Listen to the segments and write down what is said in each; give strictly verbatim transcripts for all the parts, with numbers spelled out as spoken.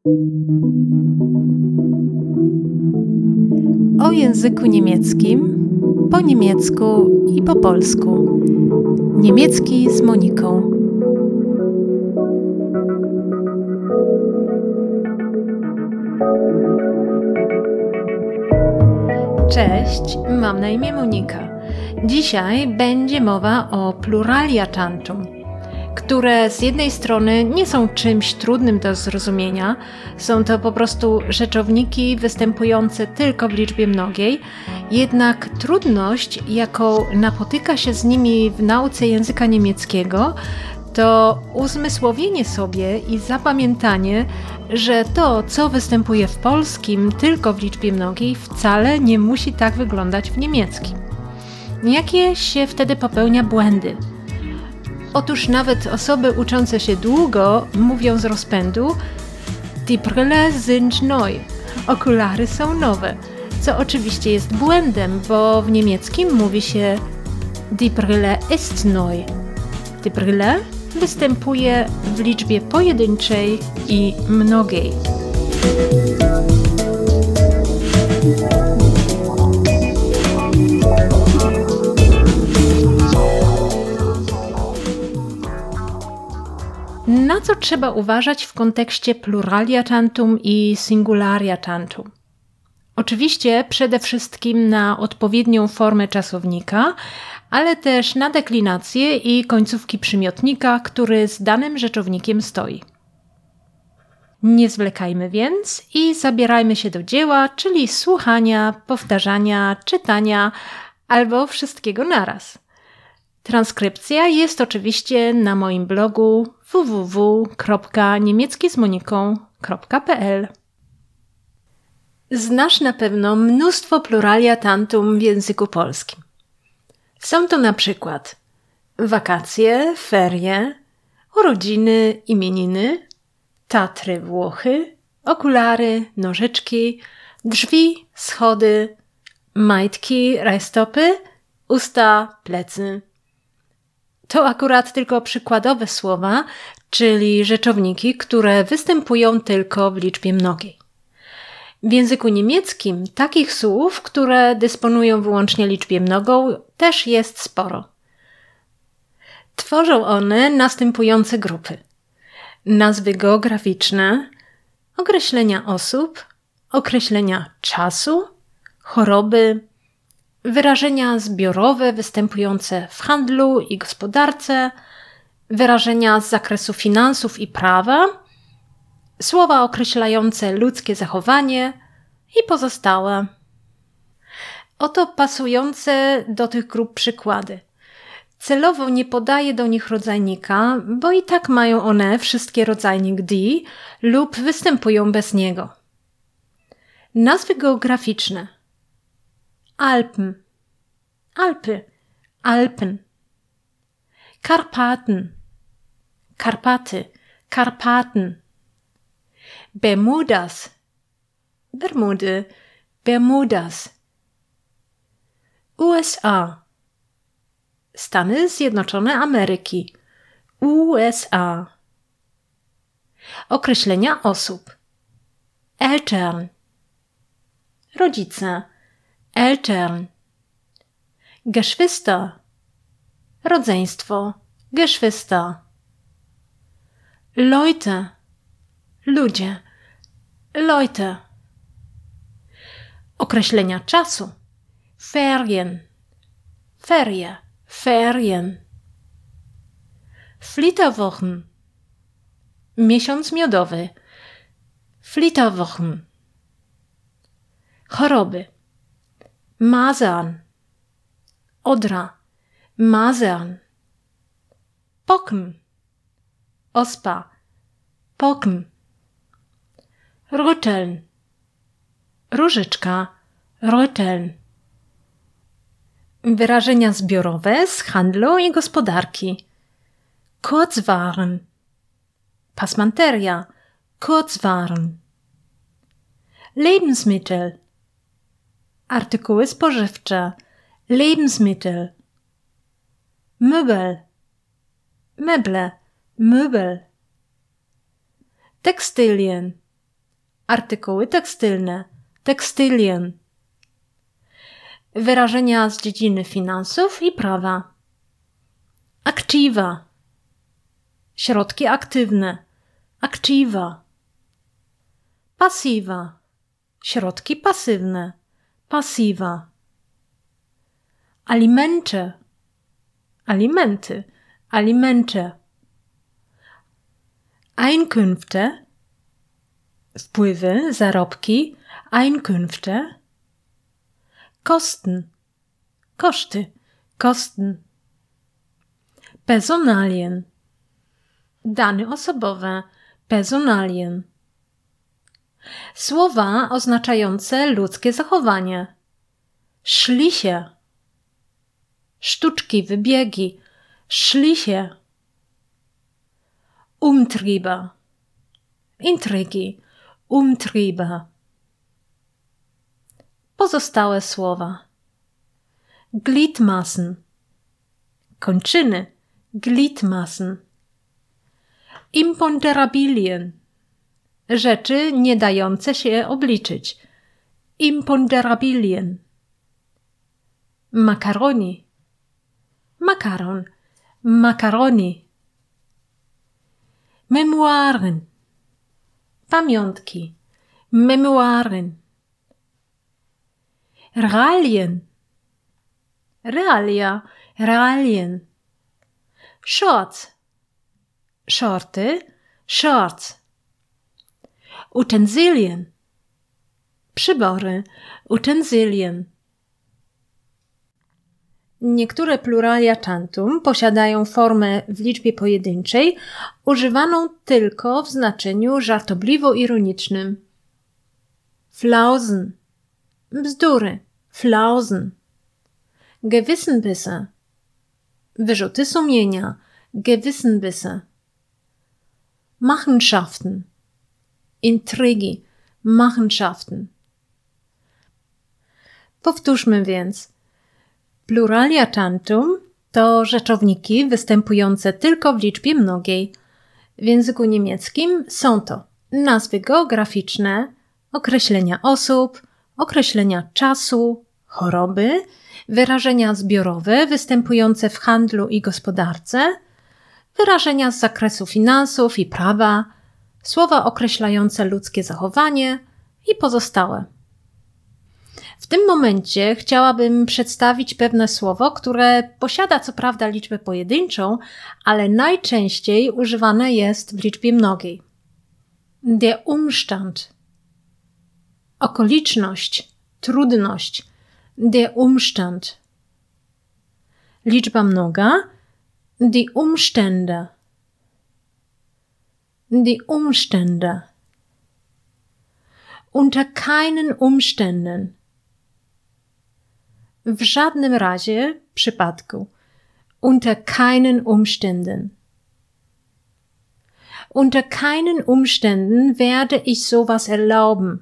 O języku niemieckim, po niemiecku i po polsku. Niemiecki z Moniką. Cześć, mam na imię Monika. Dzisiaj będzie mowa o pluralia tantum, które z jednej strony nie są czymś trudnym do zrozumienia, są to po prostu rzeczowniki występujące tylko w liczbie mnogiej, jednak trudność, jaką napotyka się z nimi w nauce języka niemieckiego, to uzmysłowienie sobie i zapamiętanie, że to, co występuje w polskim tylko w liczbie mnogiej, wcale nie musi tak wyglądać w niemieckim. Jakie się wtedy popełnia błędy? Otóż nawet osoby uczące się długo mówią z rozpędu Die Brille sind neu. Okulary są nowe. Co oczywiście jest błędem, bo w niemieckim mówi się Die Brille ist neu. Die Brille występuje w liczbie pojedynczej i mnogiej. Na co trzeba uważać w kontekście pluralia tantum i singularia tantum? Oczywiście przede wszystkim na odpowiednią formę czasownika, ale też na deklinację i końcówki przymiotnika, który z danym rzeczownikiem stoi. Nie zwlekajmy więc i zabierajmy się do dzieła, czyli słuchania, powtarzania, czytania albo wszystkiego naraz. Transkrypcja jest oczywiście na moim blogu w w w kropka niemiecki z moniką kropka p l. Znasz na pewno mnóstwo pluralia tantum w języku polskim. Są to na przykład wakacje, ferie, urodziny, imieniny, Tatry, Włochy, okulary, nożyczki, drzwi, schody, majtki, rajstopy, usta, plecy. To akurat tylko przykładowe słowa, czyli rzeczowniki, które występują tylko w liczbie mnogiej. W języku niemieckim takich słów, które dysponują wyłącznie liczbą mnogą, też jest sporo. Tworzą one następujące grupy: nazwy geograficzne, określenia osób, określenia czasu, choroby, wyrażenia zbiorowe występujące w handlu i gospodarce, wyrażenia z zakresu finansów i prawa, słowa określające ludzkie zachowanie i pozostałe. Oto pasujące do tych grup przykłady. Celowo nie podaję do nich rodzajnika, bo i tak mają one wszystkie rodzajnik die lub występują bez niego. Nazwy geograficzne: Alpen, Alpy, Alpen, Karpaten, Karpaty, Karpaten, Bermudas, Bermudy, Bermudas, U S A, Stany Zjednoczone Ameryki, U S A. Określenia osób: Eltern, rodzice, Eltern, Geschwister, rodzeństwo, Geschwister, Leute, ludzie, Leute. Określenia czasu: Ferien, ferie, Ferien, Flitterwochen, miesiąc miodowy, Flitterwochen. Choroby: Masern, odra, Masern, Pocken, ospa, Pocken, Rütteln, różyczka, Rütteln. Wyrażenia zbiorowe z handlu i gospodarki: Kurzwaren, pasmanteria, Kurzwaren, Lebensmittel, artykuły spożywcze, Lebensmittel, Möbel, meble, Möbel, Textilien, artykuły tekstylne, tekstylien, wyrażenia z dziedziny finansów i prawa, aktywa, środki aktywne, aktywa, pasywa, środki pasywne, pasywa, alimenty, alimenty, alimenty, Einkünfte, wpływy, zarobki, Einkünfte, Kosten, koszty, Kosten, Personalien, dane osobowe, Personalien, słowa oznaczające ludzkie zachowanie, Schliche, sztuczki, wybiegi, Schliche, Umtriebe, intrygi, Umtriebe. Pozostałe słowa. Gliedmaßen, kończyny, Gliedmaßen. Imponderabilien, rzeczy nie dające się obliczyć, Imponderabilien. Makaroni, makaron, makaroni. Memoiren, pamiątki, Memoiren. Realien, realia, realien. Shorts, shorty, shorts. Utensylien, przybory, utensylien. Niektóre pluralia tantum posiadają formę w liczbie pojedynczej, używaną tylko w znaczeniu żartobliwo-ironicznym. Flausen, bzdury, Flausen. Gewissenbisse, wyrzuty sumienia, Gewissenbisse. Machenschaften, intrygi, Machenschaften. Powtórzmy więc. Pluralia tantum to rzeczowniki występujące tylko w liczbie mnogiej. W języku niemieckim są to nazwy geograficzne, określenia osób, określenia czasu, choroby, wyrażenia zbiorowe występujące w handlu i gospodarce, wyrażenia z zakresu finansów i prawa, słowa określające ludzkie zachowanie i pozostałe. W tym momencie chciałabym przedstawić pewne słowo, które posiada co prawda liczbę pojedynczą, ale najczęściej używane jest w liczbie mnogiej. Der Umstand, okoliczność, trudność, der Umstand. Liczba mnoga, die Umstände, die Umstände. Unter keinen Umständen, w żadnym razie, przypadku, unter keinen Umständen. Unter keinen Umständen werde ich sowas erlauben.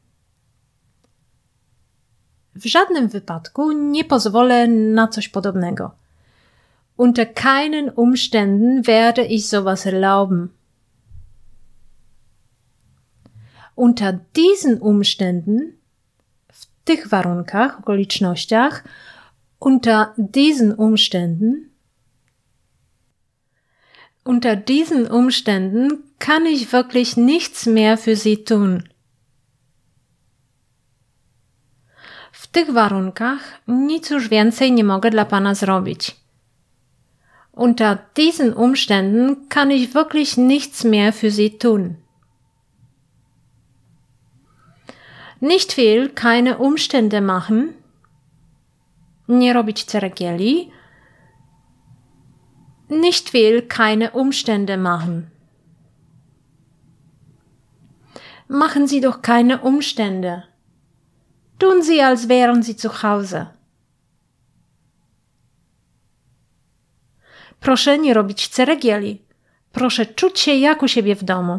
W żadnym wypadku nie pozwolę na coś podobnego. Unter keinen Umständen werde ich sowas erlauben. Unter diesen Umständen, w tych warunkach, okolicznościach, unter diesen Umständen, unter diesen Umständen kann ich wirklich nichts mehr für Sie tun. W tych warunkach nic już więcej nie mogę dla Pana zrobić. Unter diesen Umständen kann ich wirklich nichts mehr für Sie tun. Nicht viel, keine Umstände machen. Nie robić ceregieli. Nicht viel, keine Umstände machen. Machen Sie doch keine Umstände. Tun Sie, als wären Sie zu Hause. Proszę nie robić ceregieli. Proszę czuć się jak u siebie w domu.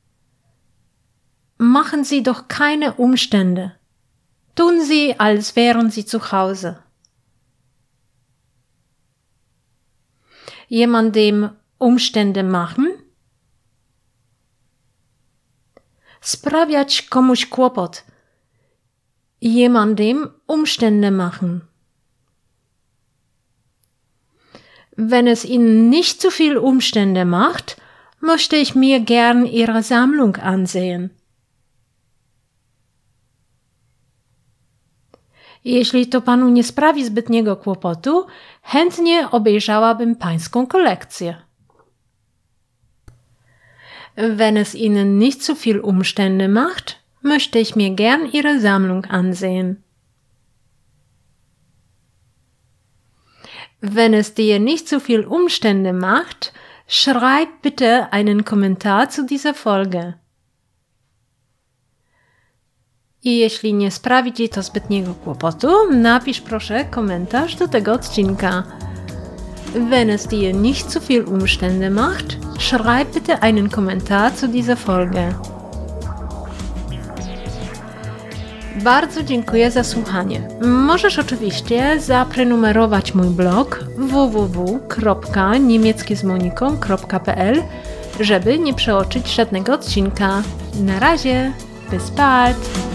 Machen Sie doch keine Umstände. Tun Sie, als wären Sie zu Hause. Jemandem Umstände machen? sprawiać komuś kłopot. Jemandem Umstände machen. Wenn es Ihnen nicht zu viel Umstände macht, möchte ich mir gern Ihre Sammlung ansehen. Jeśli to Panu nie sprawi zbytniego kłopotu, chętnie obejrzałabym Pańską kolekcję. Wenn es Ihnen nicht zu viel Umstände macht, möchte ich mir gern Ihre Sammlung ansehen. Wenn es dir nicht zu viel Umstände macht, schreib bitte einen Kommentar zu dieser Folge. I jeśli nie sprawi Ci to zbytniego kłopotu, napisz proszę komentarz do tego odcinka. Wenn es dir nicht zu viel Umstände macht, schreib bitte einen Kommentar zu dieser Folge. Bardzo dziękuję za słuchanie. Możesz oczywiście zaprenumerować mój blog w w w kropka niemieckizmoniką kropka p l, żeby nie przeoczyć żadnego odcinka. Na razie, bis bald!